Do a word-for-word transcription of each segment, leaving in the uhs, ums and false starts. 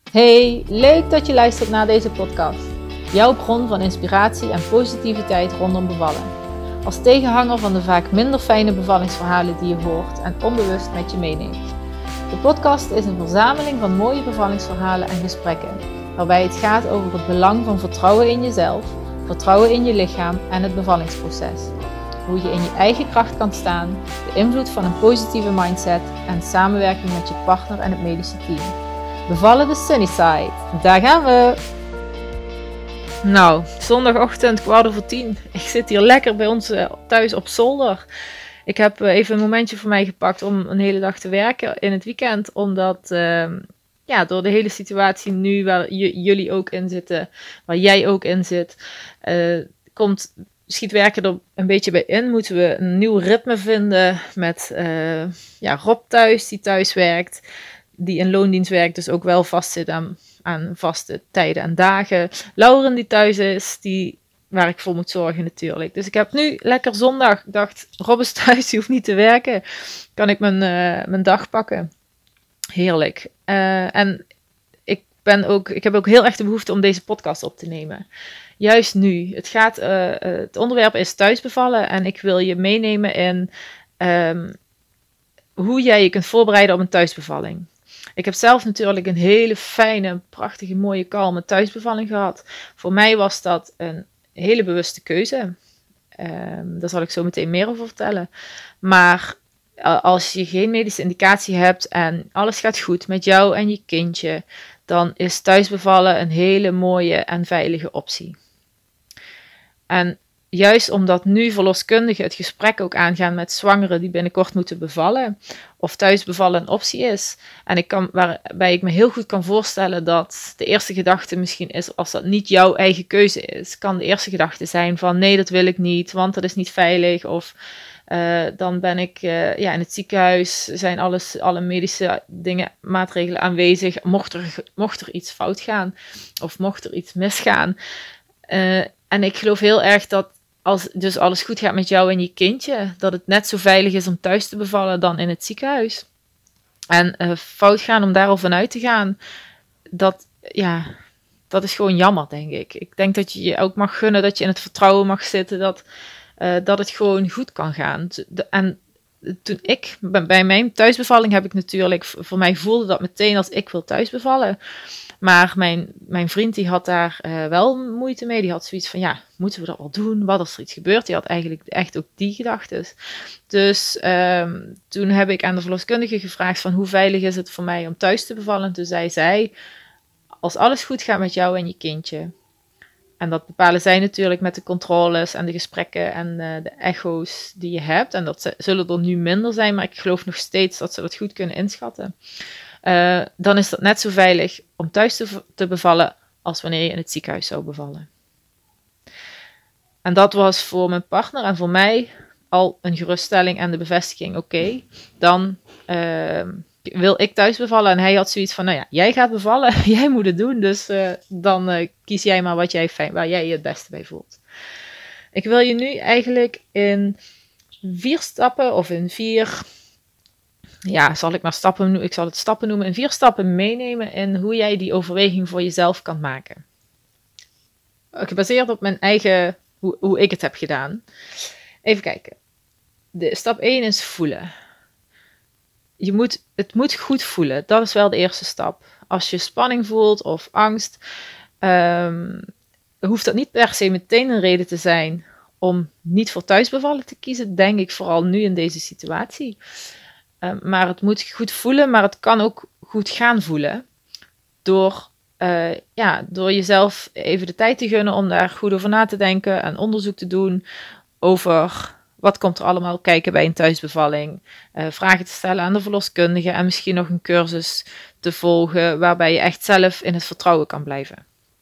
Hey, leuk dat je luistert naar deze podcast. Jouw bron van inspiratie en positiviteit rondom bevallen. Als tegenhanger van de vaak minder fijne bevallingsverhalen die je hoort en onbewust met je meeneemt. De podcast is een verzameling van mooie bevallingsverhalen en gesprekken, waarbij het gaat over het belang van vertrouwen in jezelf, vertrouwen in je lichaam en het bevallingsproces. Hoe je in je eigen kracht kan staan, de invloed van een positieve mindset en samenwerking met je partner en het medische team. Bevallen de Sunnyside. Daar gaan we! Nou, zondagochtend, kwart over tien. Ik zit hier lekker bij ons thuis op zolder. Ik heb even een momentje voor mij gepakt om een hele dag te werken in het weekend. Omdat, uh, ja, door de hele situatie nu waar j- jullie ook in zitten, waar jij ook in zit, uh, komt, schiet werken er een beetje bij in. Moeten we een nieuw ritme vinden met uh, ja, Rob thuis, die thuis werkt. Die in loondienst werkt, dus ook wel vastzit aan, aan vaste tijden en dagen. Lauren die thuis is, die, waar ik voor moet zorgen natuurlijk. Dus ik heb nu lekker zondag. Ik dacht, Rob is thuis, die hoeft niet te werken. Kan ik mijn, uh, mijn dag pakken. Heerlijk. Uh, en ik, ben ook, ik heb ook heel erg de behoefte om deze podcast op te nemen. Juist nu. Het, gaat, uh, uh, het onderwerp is thuisbevallen. En ik wil je meenemen in um, hoe jij je kunt voorbereiden op een thuisbevalling. Ik heb zelf natuurlijk een hele fijne, prachtige, mooie, kalme thuisbevalling gehad. Voor mij was dat een hele bewuste keuze. Um, daar zal ik zo meteen meer over vertellen. Maar uh, als je geen medische indicatie hebt en alles gaat goed met jou en je kindje, dan is thuisbevallen een hele mooie en veilige optie. En juist omdat nu verloskundigen het gesprek ook aangaan met zwangeren die binnenkort moeten bevallen, of thuisbevallen een optie is. En ik kan, waarbij ik me heel goed kan voorstellen dat de eerste gedachte misschien is, als dat niet jouw eigen keuze is, kan de eerste gedachte zijn van nee, dat wil ik niet, want dat is niet veilig. Of uh, dan ben ik uh, ja, in het ziekenhuis, zijn alles, alle medische dingen, maatregelen aanwezig. Mocht er, mocht er iets fout gaan, of mocht er iets misgaan. Uh, en ik geloof heel erg dat als dus alles goed gaat met jou en je kindje, dat het net zo veilig is om thuis te bevallen dan in het ziekenhuis. En uh, fout gaan om daarover vanuit te gaan, dat, ja, dat is gewoon jammer, denk ik. Ik denk dat je je ook mag gunnen, dat je in het vertrouwen mag zitten, dat, uh, dat het gewoon goed kan gaan. En toen ik, bij mijn thuisbevalling heb ik natuurlijk, voor mij voelde dat meteen als ik wil thuisbevallen. Maar mijn, mijn vriend die had daar uh, wel moeite mee. Die had zoiets van, ja, moeten we dat wel doen? Wat als er iets gebeurt? Die had eigenlijk echt ook die gedachten. Dus um, toen heb ik aan de verloskundige gevraagd van, hoe veilig is het voor mij om thuis te bevallen? Toen zei zij, als alles goed gaat met jou en je kindje. En dat bepalen zij natuurlijk met de controles en de gesprekken en uh, de echo's die je hebt. En dat zullen er nu minder zijn, maar ik geloof nog steeds dat ze dat goed kunnen inschatten. Uh, dan is dat net zo veilig om thuis te, te bevallen als wanneer je in het ziekenhuis zou bevallen. En dat was voor mijn partner en voor mij al een geruststelling en de bevestiging. Oké, okay, dan uh, wil ik thuis bevallen. En hij had zoiets van, nou ja, jij gaat bevallen, jij moet het doen. Dus uh, dan uh, kies jij maar wat jij fijn, waar jij je het beste bij voelt. Ik wil je nu eigenlijk in vier stappen of in vier... Ja, zal ik maar stappen, ik zal het stappen noemen, in vier stappen meenemen in hoe jij die overweging voor jezelf kan maken. Gebaseerd op mijn eigen, hoe, hoe ik het heb gedaan. Even kijken. De, stap één is voelen. Je moet, het moet goed voelen, dat is wel de eerste stap. Als je spanning voelt of angst, um, hoeft dat niet per se meteen een reden te zijn om niet voor thuisbevallen te kiezen, denk ik vooral nu in deze situatie. Uh, maar het moet goed voelen, maar het kan ook goed gaan voelen. Door, uh, ja, door jezelf even de tijd te gunnen om daar goed over na te denken en onderzoek te doen over wat komt er allemaal kijken bij een thuisbevalling. Uh, vragen te stellen aan de verloskundige en misschien nog een cursus te volgen waarbij je echt zelf in het vertrouwen kan blijven.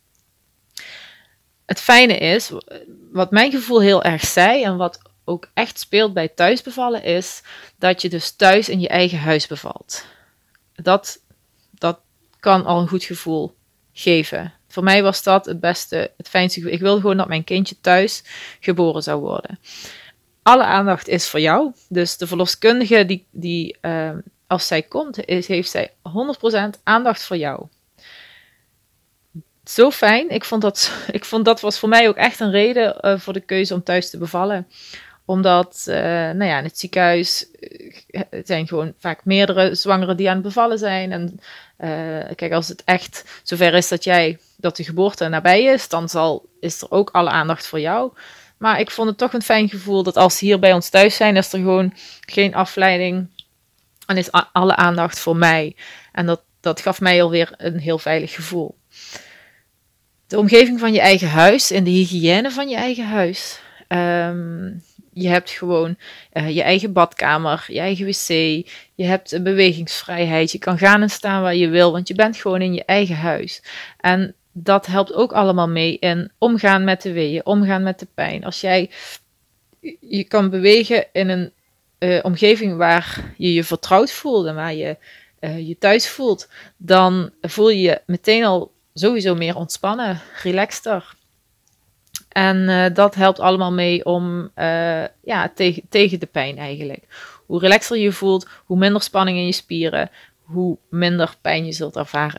Het fijne is, wat mijn gevoel heel erg zei en wat ook echt speelt bij thuisbevallen is dat je dus thuis in je eigen huis bevalt. Dat, dat kan al een goed gevoel geven. Voor mij was dat het beste, het fijnste gevoel. Ik wilde gewoon dat mijn kindje thuis geboren zou worden. Alle aandacht is voor jou. Dus de verloskundige, die, die, uh, als zij komt, is, heeft zij honderd procent aandacht voor jou. zo fijn. Ik vond dat, ik vond dat was voor mij ook echt een reden uh, voor de keuze om thuis te bevallen. Omdat, uh, nou ja, in het ziekenhuis uh, zijn gewoon vaak meerdere zwangeren die aan het bevallen zijn. En uh, kijk, als het echt zover is dat jij, dat de geboorte nabij is, dan zal, is er ook alle aandacht voor jou. Maar ik vond het toch een fijn gevoel dat als ze hier bij ons thuis zijn, is er gewoon geen afleiding. En is a- alle aandacht voor mij. En dat, dat gaf mij alweer een heel veilig gevoel. De omgeving van je eigen huis en de hygiëne van je eigen huis. Um, je hebt gewoon uh, je eigen badkamer, je eigen wc. Je hebt een bewegingsvrijheid. Je kan gaan en staan waar je wil, want je bent gewoon in je eigen huis. En dat helpt ook allemaal mee in omgaan met de weeën, omgaan met de pijn. Als jij je kan bewegen in een uh, omgeving waar je je vertrouwd voelt en waar je uh, je thuis voelt, dan voel je je meteen al sowieso meer ontspannen, relaxter. En uh, dat helpt allemaal mee om uh, ja, tegen, tegen de pijn eigenlijk. Hoe relaxer je je voelt, hoe minder spanning in je spieren, hoe minder pijn je zult ervaren.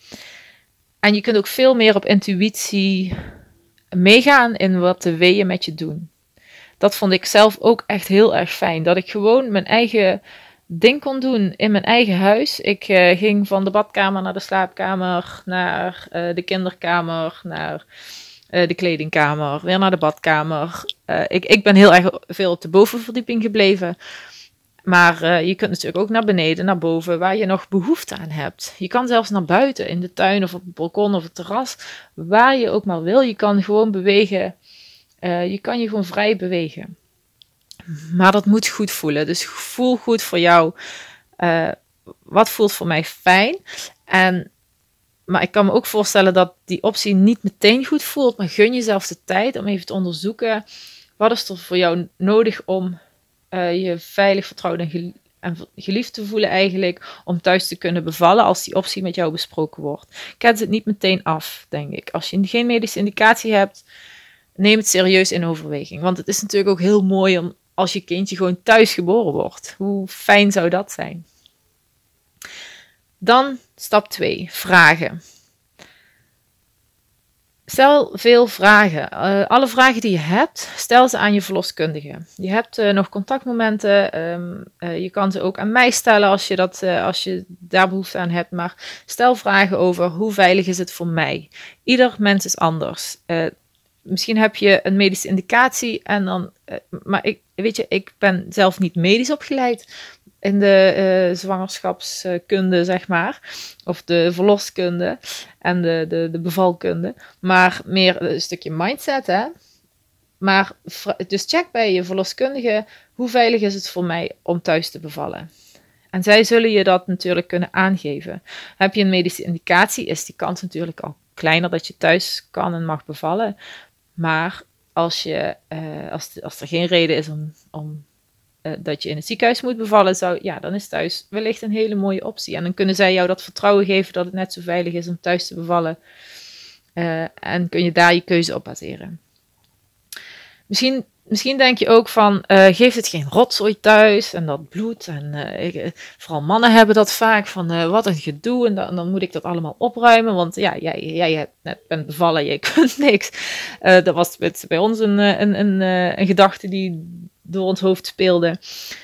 En je kunt ook veel meer op intuïtie meegaan in wat de weeën met je doen. Dat vond ik zelf ook echt heel erg fijn. Dat ik gewoon mijn eigen ding kon doen in mijn eigen huis. Ik uh, ging van de badkamer naar de slaapkamer, naar uh, de kinderkamer, naar uh, de kledingkamer, weer naar de badkamer. Uh, ik, ik ben heel erg veel op de bovenverdieping gebleven. Maar uh, je kunt natuurlijk ook naar beneden, naar boven, waar je nog behoefte aan hebt. Je kan zelfs naar buiten, in de tuin of op het balkon of het terras, waar je ook maar wil. Je kan gewoon bewegen. Uh, je kan je gewoon vrij bewegen. Maar dat moet goed voelen. Dus voel goed voor jou. Uh, wat voelt voor mij fijn? En, maar ik kan me ook voorstellen dat die optie niet meteen goed voelt. Maar gun jezelf de tijd om even te onderzoeken. Wat is er voor jou nodig om uh, je veilig, vertrouwd en, gel- en geliefd te voelen eigenlijk. Om thuis te kunnen bevallen als die optie met jou besproken wordt. Ket het niet meteen af, denk ik. Als je geen medische indicatie hebt, neem het serieus in overweging. Want het is natuurlijk ook heel mooi om als je kindje gewoon thuis geboren wordt. Hoe fijn zou dat zijn? Dan stap twee. Vragen. Stel veel vragen. Uh, alle vragen die je hebt, stel ze aan je verloskundige. Je hebt uh, nog contactmomenten. Um, uh, je kan ze ook aan mij stellen als je, dat, uh, als je daar behoefte aan hebt. Maar stel vragen over hoe veilig is het voor mij. Ieder mens is anders. Uh, Misschien heb je een medische indicatie en dan, uh, maar ik, weet je, ik ben zelf niet medisch opgeleid in de uh, zwangerschapskunde, zeg maar, of de verloskunde en de, de, de bevalkunde, maar meer een stukje mindset, hè. Maar dus check bij je verloskundige, hoe veilig is het voor mij om thuis te bevallen? En zij zullen je dat natuurlijk kunnen aangeven. Heb je een medische indicatie, is die kans natuurlijk al kleiner dat je thuis kan en mag bevallen. Maar als, je, uh, als, als er geen reden is om, om uh, dat je in het ziekenhuis moet bevallen, zou, ja, dan is thuis wellicht een hele mooie optie. En dan kunnen zij jou dat vertrouwen geven dat het net zo veilig is om thuis te bevallen. Uh, en kun je daar je keuze op baseren. Misschien, misschien denk je ook van, uh, geeft het geen rotzooi thuis en dat bloed. En uh, ik, vooral mannen hebben dat vaak van, uh, wat een gedoe. En dan, dan moet ik dat allemaal opruimen, want ja, jij, jij hebt net bent bevallen, jij kunt niks. Uh, dat was met, bij ons een, een, een, een gedachte die door ons hoofd speelde.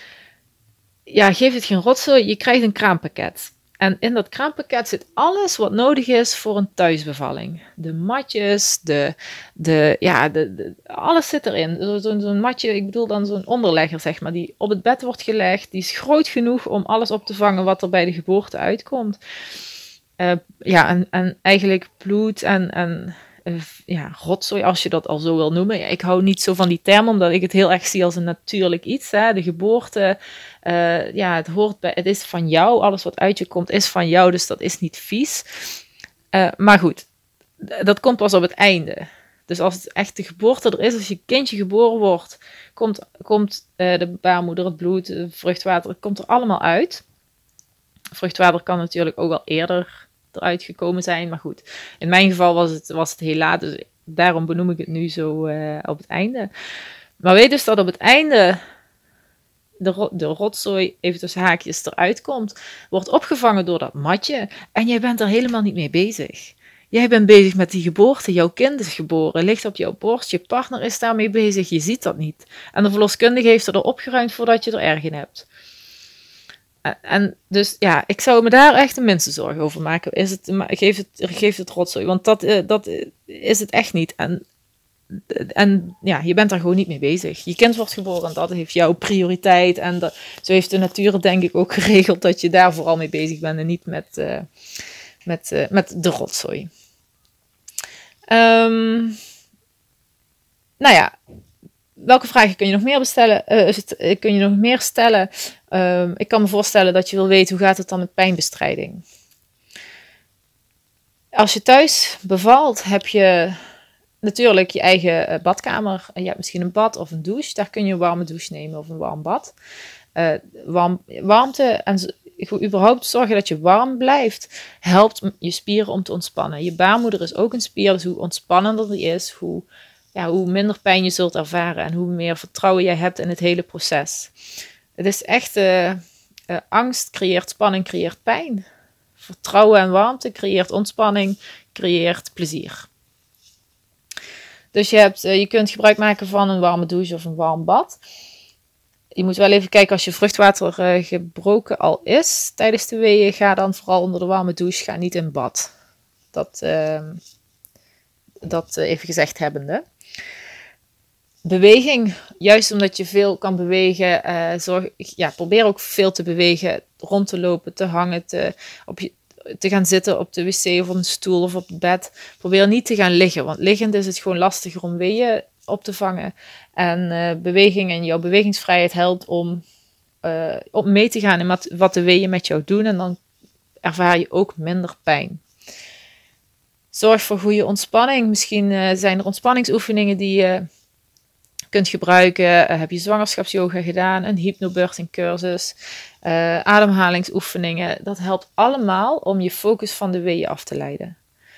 Ja, geef het geen rotzooi, je krijgt een kraampakket. En in dat kraampakket zit alles wat nodig is voor een thuisbevalling. De matjes, de, de, ja, de, de, alles zit erin. Zo, zo, zo'n matje, ik bedoel dan zo'n onderlegger, zeg maar, die op het bed wordt gelegd. Die is groot genoeg om alles op te vangen wat er bij de geboorte uitkomt. Uh, ja, en, en eigenlijk bloed en, en uh, ja, rotzooi, als je dat al zo wil noemen. Ja, ik hou niet zo van die term, omdat ik het heel erg zie als een natuurlijk iets. Hè? De geboorte, uh, ja, het hoort bij, het is van jou. Alles wat uit je komt is van jou, dus dat is niet vies. Uh, maar goed, dat komt pas op het einde. Dus als het echt de geboorte er is, als je kindje geboren wordt, komt, komt uh, de baarmoeder, het bloed, het vruchtwater, het komt er allemaal uit. Vruchtwater kan natuurlijk ook wel eerder eruit gekomen zijn, maar goed. In mijn geval was het, was het heel laat, dus daarom benoem ik het nu zo uh, op het einde. Maar weet dus dat op het einde de, ro- de rotzooi, even tussen haakjes, eruit komt, wordt opgevangen door dat matje en jij bent er helemaal niet mee bezig. Jij bent bezig met die geboorte, jouw kind is geboren, ligt op jouw borst, je partner is daarmee bezig, je ziet dat niet. En de verloskundige heeft er opgeruimd voordat je er erg in hebt. En dus ja, ik zou me daar echt de minste zorgen over maken. Is het, geef, het, geef het rotzooi, want dat, dat is het echt niet. En, en ja, je bent daar gewoon niet mee bezig. Je kind wordt geboren en dat heeft jouw prioriteit. En dat, zo heeft de natuur het denk ik ook geregeld dat je daar vooral mee bezig bent en niet met, uh, met, uh, met de rotzooi. Um, nou ja, welke vragen kun je nog meer bestellen? Uh, kun je nog meer stellen? Um, ik kan me voorstellen dat je wil weten hoe gaat het dan met pijnbestrijding. Als je thuis bevalt, heb je natuurlijk je eigen badkamer. Je hebt misschien een bad of een douche. Daar kun je een warme douche nemen of een warm bad. Uh, warm, warmte en überhaupt zorgen dat je warm blijft, helpt je spieren om te ontspannen. Je baarmoeder is ook een spier, dus hoe ontspannender die is, hoe, ja, hoe minder pijn je zult ervaren en hoe meer vertrouwen jij hebt in het hele proces. Het is echt, uh, uh, angst creëert spanning, creëert pijn. Vertrouwen en warmte creëert ontspanning, creëert plezier. Dus je, hebt, uh, je kunt gebruik maken van een warme douche of een warm bad. Je moet wel even kijken als je vruchtwater uh, gebroken al is tijdens de weeën. Ga dan vooral onder de warme douche, ga niet in bad. Dat, uh, dat uh, even gezegd hebbende. Beweging, juist omdat je veel kan bewegen, uh, zorg, ja, probeer ook veel te bewegen, rond te lopen, te hangen, te, op je, te gaan zitten op de wc of op een stoel of op het bed. Probeer niet te gaan liggen, want liggend is het gewoon lastiger om weeën op te vangen. En uh, beweging en jouw bewegingsvrijheid helpt om, uh, om mee te gaan in wat, wat de weeën met jou doen en dan ervaar je ook minder pijn. Zorg voor goede ontspanning. Misschien uh, zijn er ontspanningsoefeningen die je kunt gebruiken. Uh, heb je zwangerschapsyoga gedaan, een hypnobirthing cursus, uh, ademhalingsoefeningen. Dat helpt allemaal om je focus van de weeën af te leiden.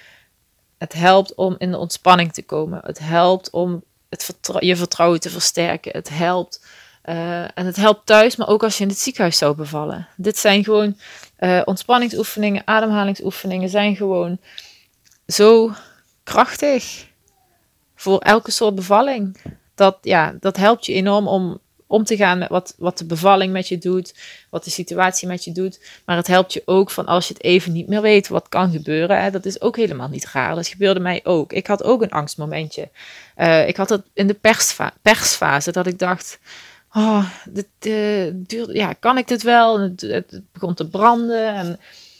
Het helpt om in de ontspanning te komen. Het helpt om het vertrou- je vertrouwen te versterken. Het helpt uh, en het helpt thuis, maar ook als je in het ziekenhuis zou bevallen. Dit zijn gewoon uh, ontspanningsoefeningen, ademhalingsoefeningen zijn gewoon zo krachtig voor elke soort bevalling. Dat, ja, dat helpt je enorm om om te gaan met wat, wat de bevalling met je doet, wat de situatie met je doet. Maar het helpt je ook van als je het even niet meer weet wat kan gebeuren. Hè, dat is ook helemaal niet raar. Dat gebeurde mij ook. Ik had ook een angstmomentje. Uh, ik had het in de persfa- persfase dat ik dacht, oh, dit, uh, duurt, ja, kan ik dit wel? Het, het begon te branden en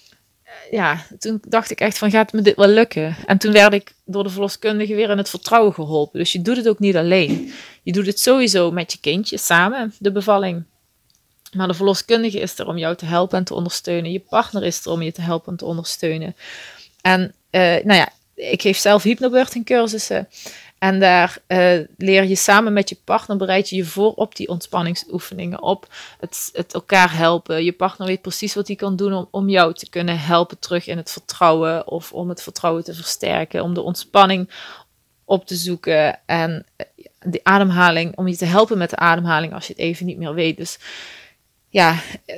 ja, toen dacht ik echt van, gaat me dit wel lukken? En toen werd ik door de verloskundige weer in het vertrouwen geholpen. Dus je doet het ook niet alleen. Je doet het sowieso met je kindje, samen, de bevalling. Maar de verloskundige is er om jou te helpen en te ondersteunen. Je partner is er om je te helpen en te ondersteunen. En uh, nou ja, ik geef zelf hypnobirthing cursussen. En daar uh, leer je samen met je partner, bereid je je voor op die ontspanningsoefeningen, op het, het elkaar helpen. Je partner weet precies wat hij kan doen om, om jou te kunnen helpen terug in het vertrouwen of om het vertrouwen te versterken, om de ontspanning op te zoeken en de ademhaling, om je te helpen met de ademhaling als je het even niet meer weet. Dus ja,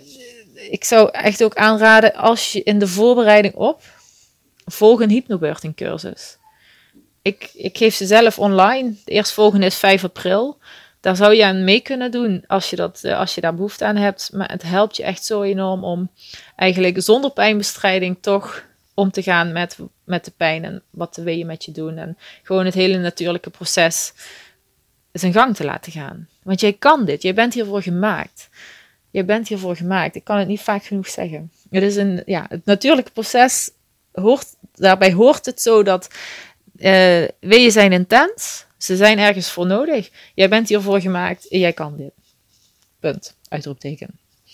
ik zou echt ook aanraden als je in de voorbereiding op, volg een hypnobirthing cursus. Ik, ik geef ze zelf online. De eerstvolgende is vijf april. Daar zou je aan mee kunnen doen als je, dat, als je daar behoefte aan hebt. Maar het helpt je echt zo enorm om eigenlijk zonder pijnbestrijding toch om te gaan met, met de pijn en wat de weeën met je doen. En gewoon het hele natuurlijke proces zijn gang te laten gaan. Want jij kan dit. Jij bent hiervoor gemaakt. Jij bent hiervoor gemaakt. Ik kan het niet vaak genoeg zeggen. Het is een, ja, het natuurlijke proces hoort, daarbij hoort het zo dat Uh, weeën zijn intens. Ze zijn ergens voor nodig. Jij bent hiervoor gemaakt en jij kan dit. Punt. Uitroepteken.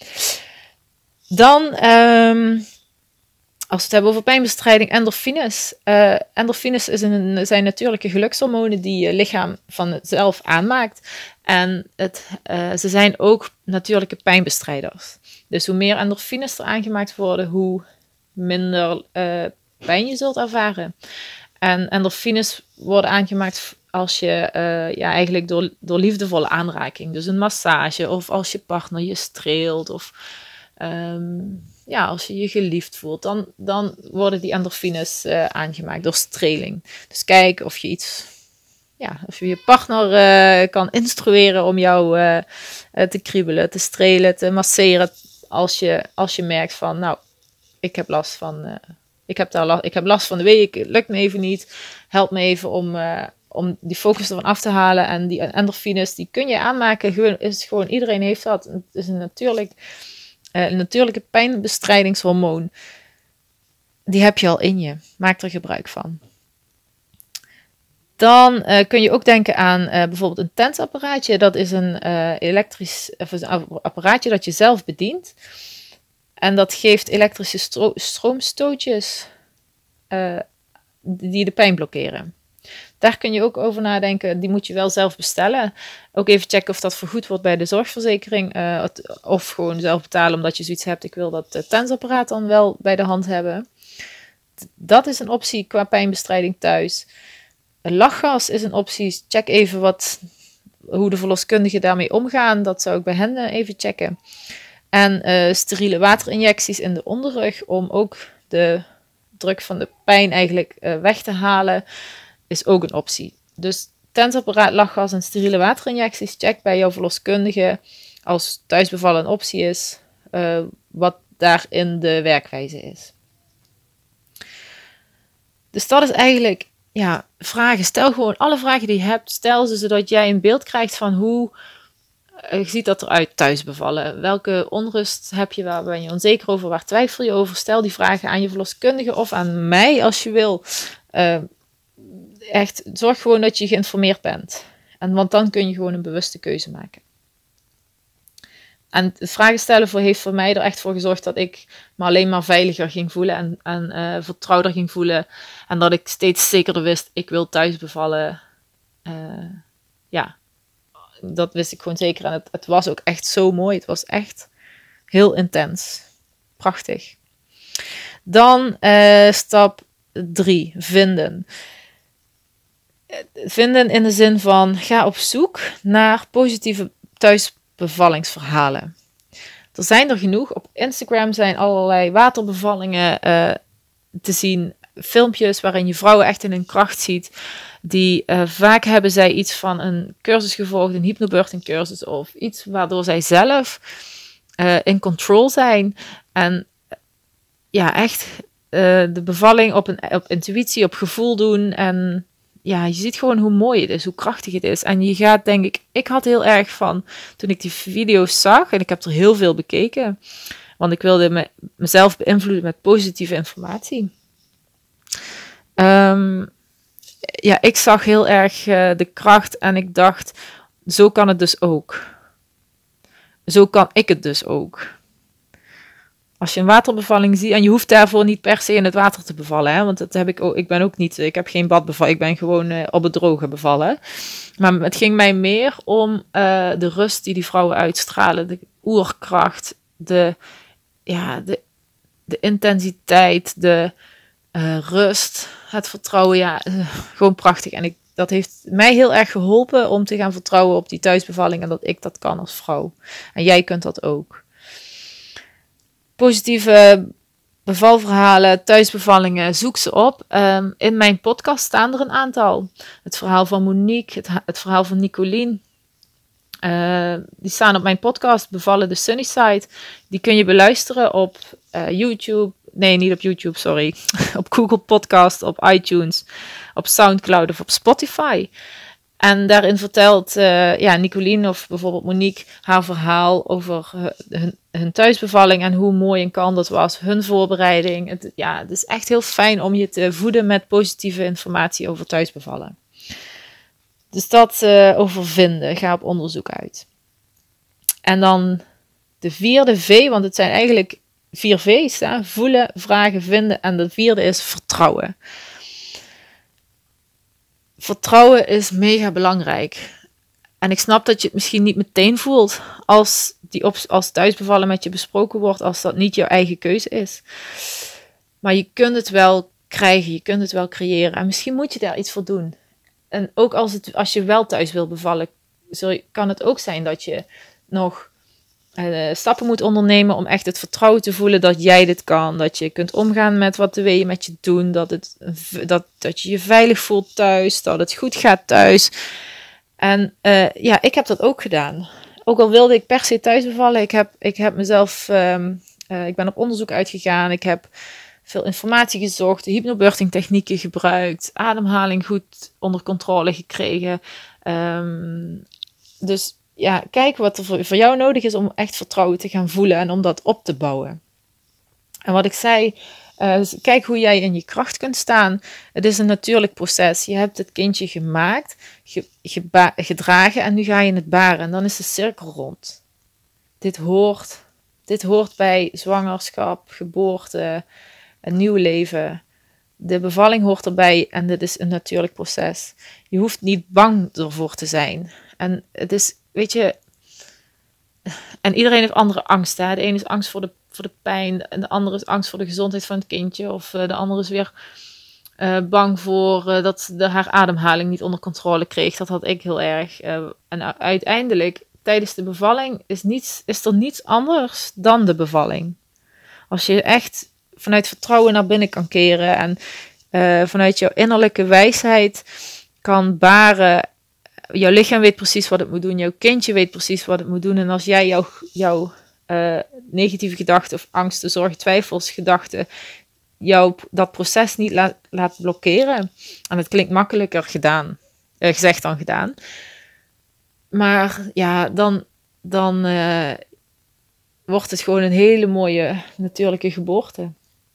Dan, um, als we het hebben over pijnbestrijding, endorfines. Uh, endorfines is een, zijn natuurlijke gelukshormonen die je lichaam van zelf aanmaakt. En het, uh, ze zijn ook natuurlijke pijnbestrijders. Dus hoe meer endorfines er aangemaakt worden, hoe minder uh, pijn je zult ervaren. En endorfines worden aangemaakt als je uh, ja, eigenlijk door, door liefdevolle aanraking. Dus een massage of als je partner je streelt. Of um, ja, als je je geliefd voelt, dan, dan worden die endorfines uh, aangemaakt door streling. Dus kijk of je iets, ja, of je je partner uh, kan instrueren om jou uh, uh, te kriebelen, te strelen, te masseren. Als je, als je merkt van, nou, ik heb last van, uh, ik heb daar last, ik heb last van de week, het lukt me even niet. Help me even om, uh, om die focus ervan af te halen. En die endorfines, die kun je aanmaken. Gewoon, is gewoon, iedereen heeft dat. Het is een natuurlijk... Uh, een natuurlijke pijnbestrijdingshormoon, die heb je al in je. Maak er gebruik van. Dan uh, kun je ook denken aan uh, bijvoorbeeld een tensapparaatje. Dat is een uh, elektrisch of een apparaatje dat je zelf bedient. En dat geeft elektrische stro- stroomstootjes uh, die de pijn blokkeren. Daar kun je ook over nadenken. Die moet je wel zelf bestellen. Ook even checken of dat vergoed wordt bij de zorgverzekering. Uh, of gewoon zelf betalen omdat je zoiets hebt. Ik wil dat uh, tensapparaat dan wel bij de hand hebben. Dat is een optie qua pijnbestrijding thuis. Lachgas is een optie. Check even wat, hoe de verloskundigen daarmee omgaan. Dat zou ik bij hen uh, even checken. En uh, steriele waterinjecties in de onderrug. Om ook de druk van de pijn eigenlijk uh, weg te halen. Is ook een optie. Dus tensapparaat, lachgas en steriele waterinjecties. Check bij jouw verloskundige als thuisbevallen een optie is. Uh, wat daarin de werkwijze is. Dus dat is eigenlijk, ja, vragen. Stel gewoon alle vragen die je hebt. Stel ze zodat jij een beeld krijgt van hoe uh, ziet dat eruit thuisbevallen. Welke onrust heb je, waar ben je onzeker over, waar twijfel je over. Stel die vragen aan je verloskundige of aan mij als je wil. Uh, Echt, zorg gewoon dat je geïnformeerd bent. En, want dan kun je gewoon een bewuste keuze maken. En het vragen stellen voor, heeft voor mij er echt voor gezorgd dat ik me alleen maar veiliger ging voelen. En, en uh, vertrouwder ging voelen. En dat ik steeds zekerder wist, ik wil thuis bevallen. Uh, ja, dat wist ik gewoon zeker. En het, het was ook echt zo mooi. Het was echt heel intens. Prachtig. Dan uh, stap drie, vinden. Vinden in de zin van, ga op zoek naar positieve thuisbevallingsverhalen. Er zijn er genoeg. Op Instagram zijn allerlei waterbevallingen uh, te zien. Filmpjes waarin je vrouwen echt in hun kracht ziet. Die uh, vaak hebben zij iets van een cursus gevolgd, een hypnobirthing cursus of iets waardoor zij zelf uh, in control zijn. En ja, echt uh, de bevalling op, een, op intuïtie, op gevoel doen. En ja, je ziet gewoon hoe mooi het is, hoe krachtig het is. En je gaat, denk ik, ik had heel erg van, toen ik die video's zag, en ik heb er heel veel bekeken, want ik wilde me, mezelf beïnvloeden met positieve informatie. Um, ja, ik zag heel erg uh, de kracht en ik dacht, zo kan het dus ook. Zo kan ik het dus ook. Als je een waterbevalling ziet, en je hoeft daarvoor niet per se in het water te bevallen, hè, want dat heb ik ook, ik ben ook niet, ik heb geen badbevalling, ik ben gewoon uh, op het droge bevallen. Maar het ging mij meer om uh, de rust die die vrouwen uitstralen, de oerkracht, de, ja, de, de intensiteit, de uh, rust, het vertrouwen, ja, uh, gewoon prachtig. En ik, dat heeft mij heel erg geholpen om te gaan vertrouwen op die thuisbevalling en dat ik dat kan als vrouw. En jij kunt dat ook. Positieve bevalverhalen, thuisbevallingen, zoek ze op. Um, in mijn podcast staan er een aantal. Het verhaal van Monique, het, het verhaal van Nicolien. Uh, die staan op mijn podcast, Bevallen de Sunnyside. Die kun je beluisteren op uh, YouTube. Nee, niet op YouTube, sorry. Op Google Podcast, op iTunes, op Soundcloud of op Spotify. En daarin vertelt uh, ja, Nicolien of bijvoorbeeld Monique haar verhaal over uh, hun, hun thuisbevalling en hoe mooi en kalm dat was, hun voorbereiding. Het, ja, het is echt heel fijn om je te voeden met positieve informatie over thuisbevallen. Dus dat uh, over vinden, ga op onderzoek uit. En dan de vierde V, want het zijn eigenlijk vier V's, hè? Voelen, vragen, vinden en de vierde is vertrouwen. Vertrouwen is mega belangrijk. En ik snap dat je het misschien niet meteen voelt als, die op, als thuisbevallen met je besproken wordt, als dat niet jouw eigen keuze is. Maar je kunt het wel krijgen, je kunt het wel creëren. En misschien moet je daar iets voor doen. En ook als, het, als je wel thuis wil bevallen, zul je, kan het ook zijn dat je nog uh, stappen moet ondernemen om echt het vertrouwen te voelen dat jij dit kan. Dat je kunt omgaan met wat de weeën met je doen. Dat, het, dat, dat je je veilig voelt thuis. Dat het goed gaat thuis. En uh, ja, ik heb dat ook gedaan. Ook al wilde ik per se thuis bevallen. Ik heb, ik heb mezelf... Um, uh, ik ben op onderzoek uitgegaan. Ik heb veel informatie gezocht. Hypnobirthing technieken gebruikt. Ademhaling goed onder controle gekregen. Um, dus ja, kijk wat er voor, voor jou nodig is om echt vertrouwen te gaan voelen. En om dat op te bouwen. En wat ik zei... Uh, kijk hoe jij in je kracht kunt staan. Het is een natuurlijk proces. Je hebt het kindje gemaakt, ge, geba- gedragen en nu ga je het baren. En dan is de cirkel rond. Dit hoort, dit hoort bij zwangerschap, geboorte, een nieuw leven. De bevalling hoort erbij en dit is een natuurlijk proces. Je hoeft niet bang ervoor te zijn. En het is, weet je... En iedereen heeft andere angsten. Hè? De ene is angst voor de voor de pijn. En de andere is angst voor de gezondheid van het kindje. Of uh, de andere is weer uh, bang voor uh, dat ze de, haar ademhaling niet onder controle kreeg. Dat had ik heel erg. Uh, en uiteindelijk, tijdens de bevalling, is, niets, is er niets anders dan de bevalling. Als je echt vanuit vertrouwen naar binnen kan keren. En uh, vanuit jouw innerlijke wijsheid kan baren. Jouw lichaam weet precies wat het moet doen. Jouw kindje weet precies wat het moet doen. En als jij jouw... jouw Uh, negatieve gedachten of angsten, zorgen, twijfels, gedachten, jou dat proces niet la- laat blokkeren. En het klinkt makkelijker gedaan, uh, gezegd dan gedaan. Maar ja, dan, dan uh, wordt het gewoon een hele mooie natuurlijke geboorte.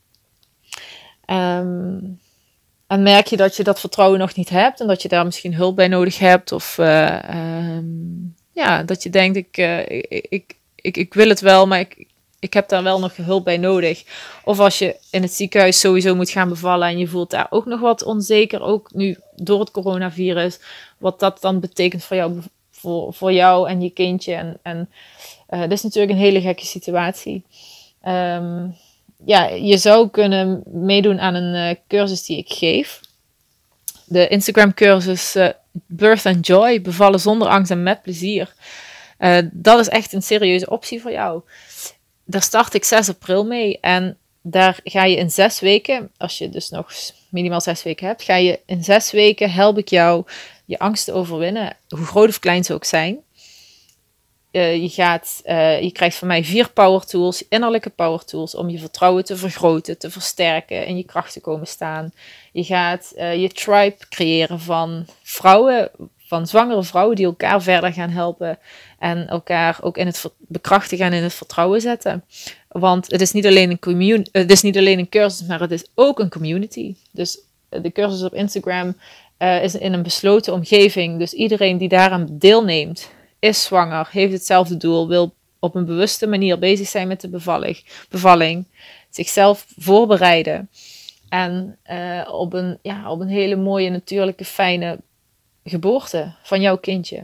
Um, en merk je dat je dat vertrouwen nog niet hebt en dat je daar misschien hulp bij nodig hebt. Of uh, um, ja, dat je denkt, ik... Uh, ik, ik Ik, ik wil het wel, maar ik, ik heb daar wel nog hulp bij nodig. Of als je in het ziekenhuis sowieso moet gaan bevallen en je voelt daar ook nog wat onzeker, ook nu door het coronavirus, wat dat dan betekent voor jou, voor, voor jou en je kindje. En, en uh, dat is natuurlijk een hele gekke situatie. Um, ja, je zou kunnen meedoen aan een uh, cursus die ik geef. De Instagram cursus uh, Birth and Joy, bevallen zonder angst en met plezier. Uh, dat is echt een serieuze optie voor jou. Daar start ik zes april mee. En daar ga je in zes weken, als je dus nog minimaal zes weken hebt, ga je in zes weken help ik jou je angsten overwinnen, hoe groot of klein ze ook zijn. Uh, je, gaat, uh, je krijgt van mij vier power tools, innerlijke power tools, om je vertrouwen te vergroten, te versterken, in je kracht te komen staan. Je gaat uh, je tribe creëren van vrouwen, van zwangere vrouwen die elkaar verder gaan helpen en elkaar ook in het bekrachtigen en in het vertrouwen zetten. Want het is niet alleen een, commun- het is niet alleen een cursus, maar het is ook een community. Dus de cursus op Instagram uh, is in een besloten omgeving. Dus iedereen die daaraan deelneemt, is zwanger, heeft hetzelfde doel, wil op een bewuste manier bezig zijn met de bevalling, bevalling zichzelf voorbereiden en uh, op, een, ja, op een hele mooie, natuurlijke, fijne geboorte van jouw kindje.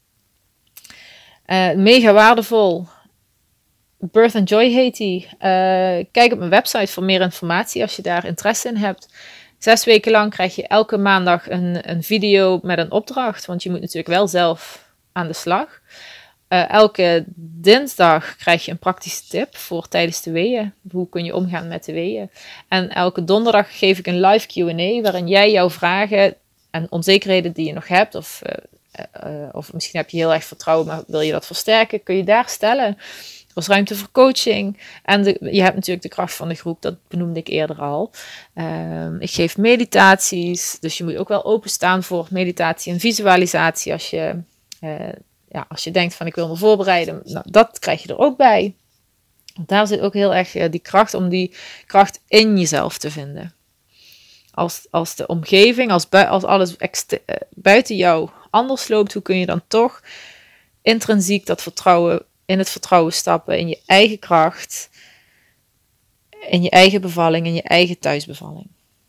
Uh, mega waardevol. Birth and Joy heet die. Uh, kijk op mijn website voor meer informatie als je daar interesse in hebt. Zes weken lang krijg je elke maandag een, een video met een opdracht, want je moet natuurlijk wel zelf aan de slag. Uh, elke dinsdag krijg je een praktische tip voor tijdens de weeën. Hoe kun je omgaan met de weeën? En elke donderdag geef ik een live Q and A waarin jij jouw vragen en onzekerheden die je nog hebt, of, uh, uh, of misschien heb je heel erg vertrouwen, maar wil je dat versterken, kun je daar stellen. Er is ruimte voor coaching. En de, je hebt natuurlijk de kracht van de groep, dat benoemde ik eerder al. Uh, ik geef meditaties, dus je moet ook wel openstaan voor meditatie en visualisatie als je... Uh, Ja, als je denkt van ik wil me voorbereiden, nou, dat krijg je er ook bij. Want daar zit ook heel erg uh, die kracht om die kracht in jezelf te vinden. Als, als de omgeving, als, bui, als alles ext- uh, buiten jou anders loopt, hoe kun je dan toch intrinsiek dat vertrouwen, in het vertrouwen stappen, in je eigen kracht, in je eigen bevalling, in je eigen thuisbevalling.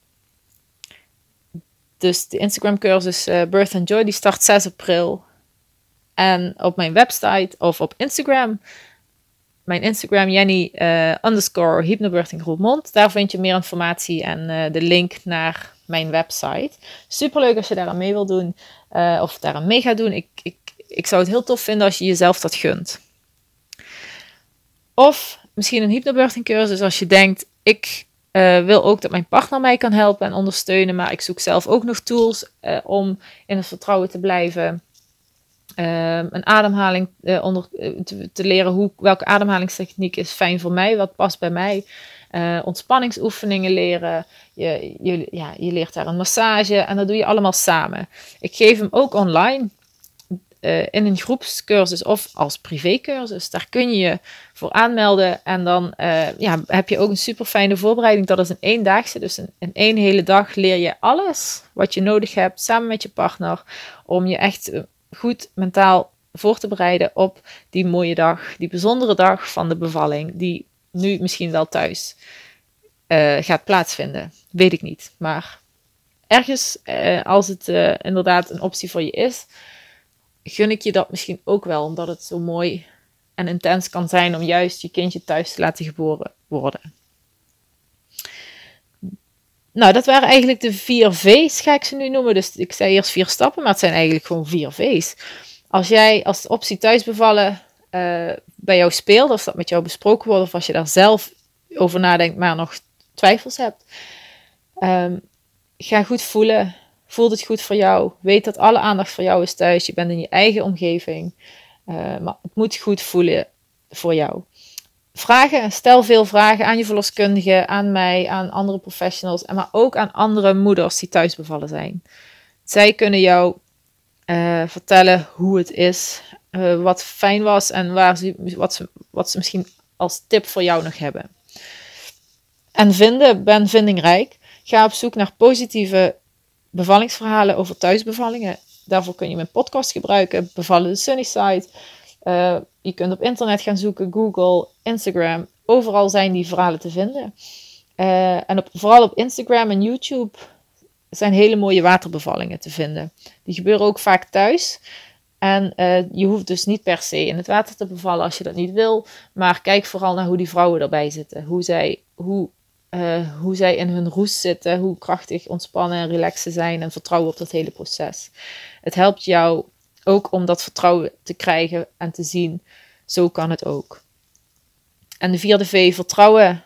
Dus de Instagram cursus uh, Birth and Joy, die start zes april. En op mijn website of op Instagram, mijn Instagram Jenny uh, underscore hypnobirthing Roermond. Daar vind je meer informatie en uh, de link naar mijn website. Superleuk als je daar aan mee wil doen uh, of daar aan mee gaat doen. Ik, ik, ik zou het heel tof vinden als je jezelf dat gunt. Of misschien een hypnobirthing cursus als je denkt, ik uh, wil ook dat mijn partner mij kan helpen en ondersteunen, maar ik zoek zelf ook nog tools uh, om in het vertrouwen te blijven. Uh, een ademhaling uh, onder, uh, te, te leren hoe, welke ademhalingstechniek is fijn voor mij, wat past bij mij. Uh, ontspanningsoefeningen leren. Je, je, ja, je leert daar een massage en dat doe je allemaal samen. Ik geef hem ook online uh, in een groepscursus of als privécursus. Daar kun je je voor aanmelden en dan uh, ja, heb je ook een super fijne voorbereiding. Dat is een eendaagse, dus in, in één hele dag leer je alles wat je nodig hebt samen met je partner om je echt goed mentaal voor te bereiden op die mooie dag, die bijzondere dag van de bevalling, die nu misschien wel thuis uh, gaat plaatsvinden. Weet ik niet. Maar ergens, uh, als het uh, inderdaad een optie voor je is, gun ik je dat misschien ook wel, omdat het zo mooi en intens kan zijn om juist je kindje thuis te laten geboren worden. Nou, dat waren eigenlijk de vier V's, ga ik ze nu noemen. Dus ik zei eerst vier stappen, maar het zijn eigenlijk gewoon vier V's. Als jij als de optie thuis bevallen uh, bij jou speelt, of dat met jou besproken wordt, of als je daar zelf over nadenkt, maar nog twijfels hebt, um, ga goed voelen. Voelt het goed voor jou. Weet dat alle aandacht voor jou is thuis. Je bent in je eigen omgeving. Uh, maar het moet goed voelen voor jou. Vragen, stel veel vragen aan je verloskundige, aan mij, aan andere professionals, maar ook aan andere moeders die thuis bevallen zijn. Zij kunnen jou uh, vertellen hoe het is, uh, wat fijn was en waar ze, wat, ze, wat ze misschien als tip voor jou nog hebben. En vinden, ben vindingrijk. Ga op zoek naar positieve bevallingsverhalen over thuisbevallingen. Daarvoor kun je mijn podcast gebruiken, Bevallen de Sunnyside. Uh, je kunt op internet gaan zoeken, Google, Instagram. Overal zijn die verhalen te vinden. Uh, en op, vooral op Instagram en YouTube zijn hele mooie waterbevallingen te vinden. Die gebeuren ook vaak thuis. En uh, je hoeft dus niet per se in het water te bevallen als je dat niet wil. Maar kijk vooral naar hoe die vrouwen erbij zitten. Hoe zij, hoe, uh, hoe zij in hun roes zitten. Hoe krachtig, ontspannen en relaxen zijn. En vertrouwen op dat hele proces. Het helpt jou ook om dat vertrouwen te krijgen en te zien. Zo kan het ook. En de vierde V, vertrouwen.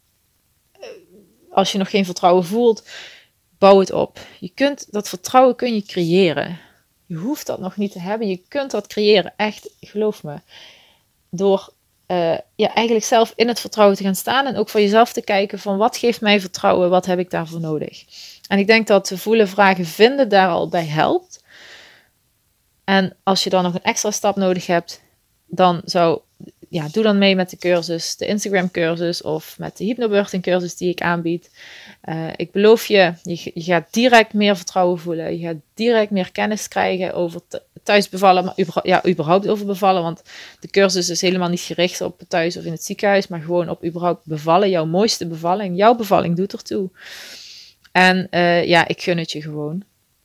Als je nog geen vertrouwen voelt, bouw het op. Je kunt, dat vertrouwen kun je creëren. Je hoeft dat nog niet te hebben. Je kunt dat creëren. Echt, geloof me. Door uh, ja, eigenlijk zelf in het vertrouwen te gaan staan. En ook voor jezelf te kijken van wat geeft mij vertrouwen? Wat heb ik daarvoor nodig? En ik denk dat voelen, vragen, vinden daar al bij helpt. En als je dan nog een extra stap nodig hebt, dan zou, ja, doe dan mee met de cursus, de Instagram cursus of met de hypnobirthing cursus die ik aanbied. Uh, ik beloof je, je, je gaat direct meer vertrouwen voelen. Je gaat direct meer kennis krijgen over thuis bevallen, maar überhaupt, ja, überhaupt over bevallen. Want de cursus is helemaal niet gericht op thuis of in het ziekenhuis, maar gewoon op überhaupt bevallen. Jouw mooiste bevalling. Jouw bevalling doet ertoe. En uh, ja, ik gun het je gewoon.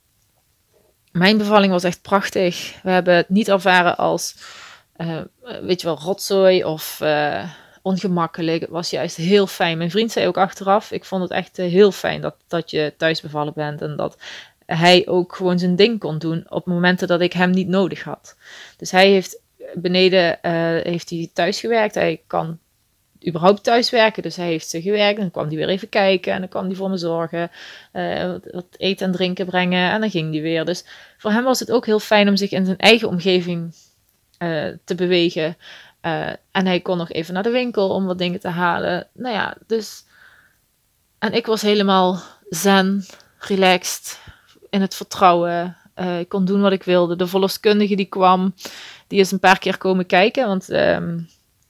Mijn bevalling was echt prachtig. We hebben het niet ervaren als, uh, weet je wel, rotzooi of uh, ongemakkelijk. Het was juist heel fijn. Mijn vriend zei ook achteraf, ik vond het echt uh, heel fijn dat, dat je thuis bevallen bent. En dat hij ook gewoon zijn ding kon doen op momenten dat ik hem niet nodig had. Dus hij heeft beneden uh, heeft hij thuis gewerkt. Hij kan überhaupt thuis werken. Dus hij heeft ze gewerkt en dan kwam hij weer even kijken en dan kwam hij voor me zorgen, uh, wat eten en drinken brengen en dan ging hij weer. Dus voor hem was het ook heel fijn om zich in zijn eigen omgeving uh, te bewegen. Uh, en hij kon nog even naar de winkel om wat dingen te halen. Nou ja, dus en ik was helemaal zen, relaxed, in het vertrouwen. Uh, ik kon doen wat ik wilde. De verloskundige die kwam, die is een paar keer komen kijken, want um,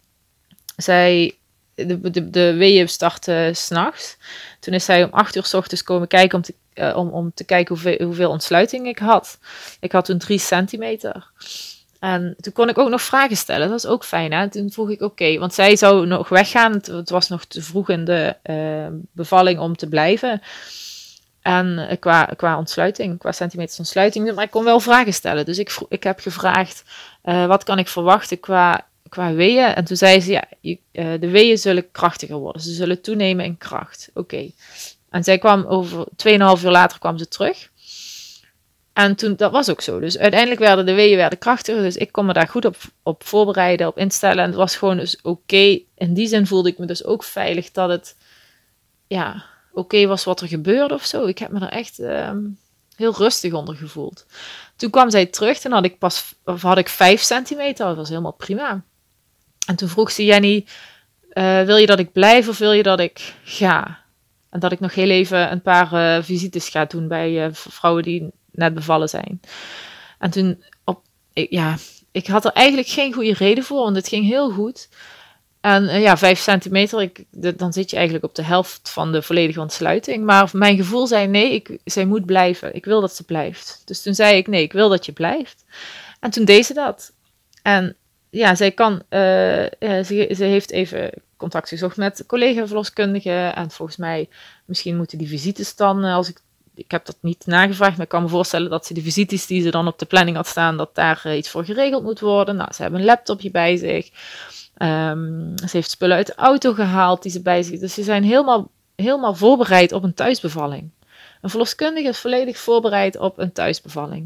zij De, de, de weeën startte 's nachts. Toen is zij om acht uur 's ochtends komen kijken om te, uh, om, om te kijken hoeveel, hoeveel ontsluiting ik had. Ik had toen drie centimeter. En toen kon ik ook nog vragen stellen. Dat was ook fijn. Hè? Toen vroeg ik oké, okay, want zij zou nog weggaan. Het, het was nog te vroeg in de uh, bevalling om te blijven. En uh, qua, qua ontsluiting, qua centimeters ontsluiting. Maar ik kon wel vragen stellen. Dus ik, ik heb gevraagd, uh, wat kan ik verwachten qua... qua weeën. En toen zei ze, ja, je, uh, de weeën zullen krachtiger worden. Ze zullen toenemen in kracht. Oké. Okay. En zij kwam over, tweeënhalf uur later kwam ze terug. En toen, dat was ook zo. Dus uiteindelijk werden de weeën werden krachtiger. Dus ik kon me daar goed op, op voorbereiden, op instellen. En het was gewoon dus oké. Okay. In die zin voelde ik me dus ook veilig dat het ja, oké okay was wat er gebeurde of zo. Ik heb me er echt um, heel rustig onder gevoeld. Toen kwam zij terug. Toen had ik pas, of had ik vijf centimeter. Dat was helemaal prima. En toen vroeg ze, Jenny, uh, wil je dat ik blijf of wil je dat ik ga? En dat ik nog heel even een paar uh, visites ga doen bij uh, vrouwen die net bevallen zijn. En toen, op, ik, ja, ik had er eigenlijk geen goede reden voor, want het ging heel goed. En uh, ja, vijf centimeter, ik, de, dan zit je eigenlijk op de helft van de volledige ontsluiting. Maar mijn gevoel zei, nee, ik, zij moet blijven. Ik wil dat ze blijft. Dus toen zei ik, nee, ik wil dat je blijft. En toen deed ze dat. En ja, zij kan, uh, uh, ze, ze heeft even contact gezocht met collega-verloskundigen. En volgens mij, misschien moeten die visites dan, uh, als ik, ik heb dat niet nagevraagd, maar ik kan me voorstellen dat ze de visites die ze dan op de planning had staan, dat daar uh, iets voor geregeld moet worden. Nou, ze hebben een laptopje bij zich. Um, ze heeft spullen uit de auto gehaald die ze bij zich. Dus ze zijn helemaal, helemaal voorbereid op een thuisbevalling. Een verloskundige is volledig voorbereid op een thuisbevalling.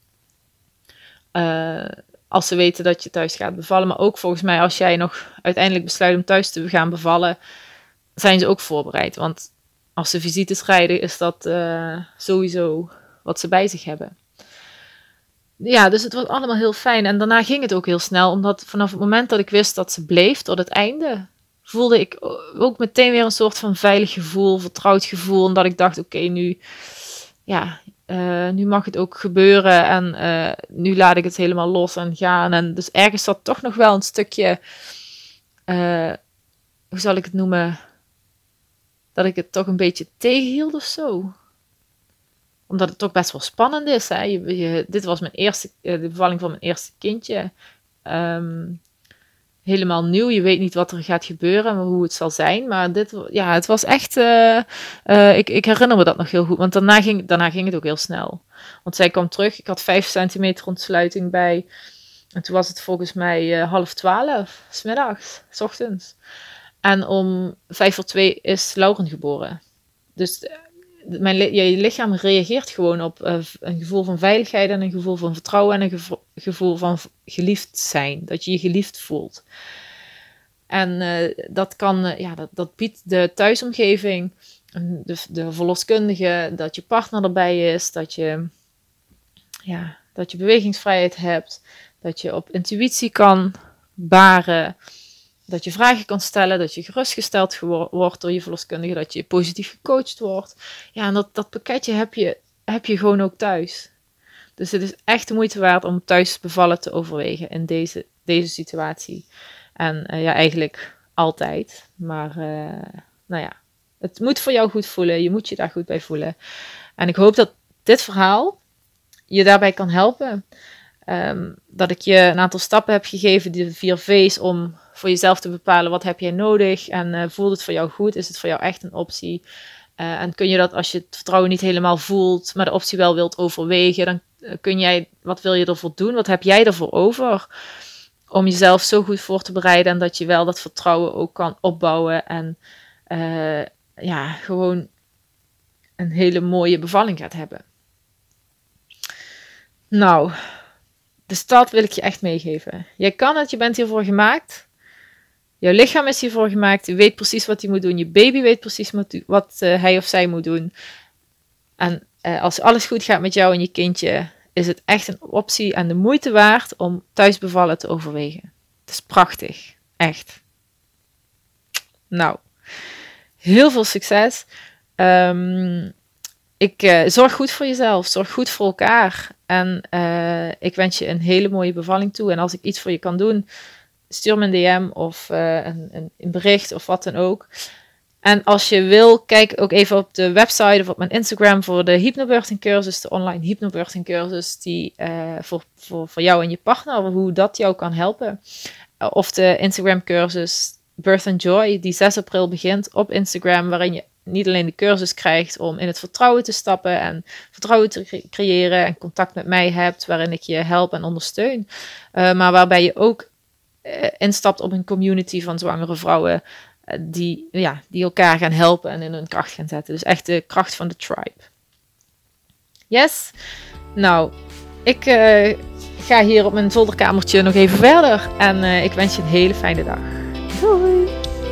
Uh, als ze weten dat je thuis gaat bevallen. Maar ook volgens mij als jij nog uiteindelijk besluit om thuis te gaan bevallen, zijn ze ook voorbereid. Want als ze visites rijden, is dat uh, sowieso wat ze bij zich hebben. Ja, dus het was allemaal heel fijn. En daarna ging het ook heel snel. Omdat vanaf het moment dat ik wist dat ze bleef tot het einde, voelde ik ook meteen weer een soort van veilig gevoel, vertrouwd gevoel. Omdat ik dacht, oké, okay, nu, ja, uh, nu mag het ook gebeuren. En uh, nu laat ik het helemaal los en gaan. En dus ergens zat toch nog wel een stukje, uh, hoe zal ik het noemen, dat ik het toch een beetje tegenhield of zo. Omdat het toch best wel spannend is. Hè? Je, je, dit was mijn eerste, de bevalling van mijn eerste kindje. Um, helemaal nieuw. Je weet niet wat er gaat gebeuren en hoe het zal zijn. Maar dit, ja, het was echt... Uh, uh, ik, ik herinner me dat nog heel goed. Want daarna ging, daarna ging het ook heel snel. Want zij kwam terug. Ik had vijf centimeter ontsluiting bij. En toen was het volgens mij uh, half twaalf. 's middags, 's ochtends. En om vijf voor twee is Lauren geboren. Dus... Mijn, je lichaam reageert gewoon op uh, een gevoel van veiligheid en een gevoel van vertrouwen en een gevo- gevoel van geliefd zijn. Dat je je geliefd voelt. En uh, dat, kan, uh, ja, dat, dat biedt de thuisomgeving, de, de verloskundige, dat je partner erbij is, dat je, ja, dat je bewegingsvrijheid hebt, dat je op intuïtie kan baren. Dat je vragen kan stellen, dat je gerustgesteld gewo- wordt door je verloskundige, dat je positief gecoacht wordt. Ja, en dat, dat pakketje heb je, heb je gewoon ook thuis. Dus het is echt de moeite waard om thuis bevallen te overwegen in deze, deze situatie. En uh, ja, eigenlijk altijd. Maar uh, nou ja, het moet voor jou goed voelen. Je moet je daar goed bij voelen. En ik hoop dat dit verhaal je daarbij kan helpen. Um, dat ik je een aantal stappen heb gegeven, die vier V's, om voor jezelf te bepalen wat heb jij nodig en uh, voelt het voor jou goed, is het voor jou echt een optie. Uh, en kun je dat als je het vertrouwen niet helemaal voelt, maar de optie wel wilt overwegen, dan uh, kun jij, wat wil je ervoor doen, wat heb jij ervoor over, om jezelf zo goed voor te bereiden en dat je wel dat vertrouwen ook kan opbouwen en uh, ja, gewoon een hele mooie bevalling gaat hebben. Nou, dus dat wil ik je echt meegeven. Jij kan het, je bent hiervoor gemaakt. Jouw lichaam is hiervoor gemaakt. Je weet precies wat hij moet doen. Je baby weet precies wat uh, hij of zij moet doen. En uh, als alles goed gaat met jou en je kindje, is het echt een optie en de moeite waard om thuisbevallen te overwegen. Het is prachtig. Echt. Nou, heel veel succes. Um, ik uh, zorg goed voor jezelf. Zorg goed voor elkaar. En uh, ik wens je een hele mooie bevalling toe. En als ik iets voor je kan doen, stuur me een D M of uh, een, een, een bericht of wat dan ook. En als je wil, kijk ook even op de website of op mijn Instagram voor de hypnobirthing cursus, de online hypnobirthing cursus, die uh, voor, voor, voor jou en je partner, hoe dat jou kan helpen. Uh, of de Instagram cursus Birth and Joy, die zes april begint op Instagram, waarin je niet alleen de cursus krijgt om in het vertrouwen te stappen en vertrouwen te cre- creëren en contact met mij hebt, waarin ik je help en ondersteun. Uh, maar waarbij je ook uh, instapt op een community van zwangere vrouwen uh, die, ja, die elkaar gaan helpen en in hun kracht gaan zetten. Dus echt de kracht van de tribe. Yes? Nou, ik uh, ga hier op mijn zolderkamertje nog even verder. En uh, ik wens je een hele fijne dag. Doei!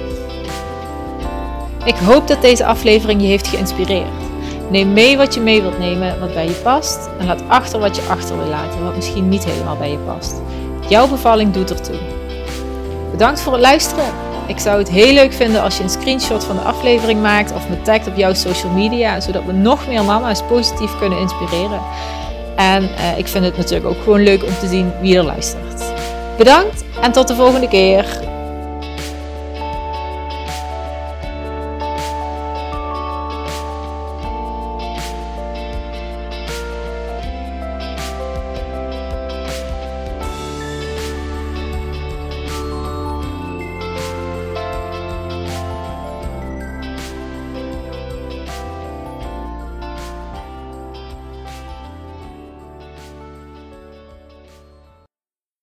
Ik hoop dat deze aflevering je heeft geïnspireerd. Neem mee wat je mee wilt nemen, wat bij je past. En laat achter wat je achter wil laten, wat misschien niet helemaal bij je past. Jouw bevalling doet ertoe. Bedankt voor het luisteren. Ik zou het heel leuk vinden als je een screenshot van de aflevering maakt of me tagt op jouw social media, zodat we nog meer mama's positief kunnen inspireren. En uh, ik vind het natuurlijk ook gewoon leuk om te zien wie er luistert. Bedankt en tot de volgende keer.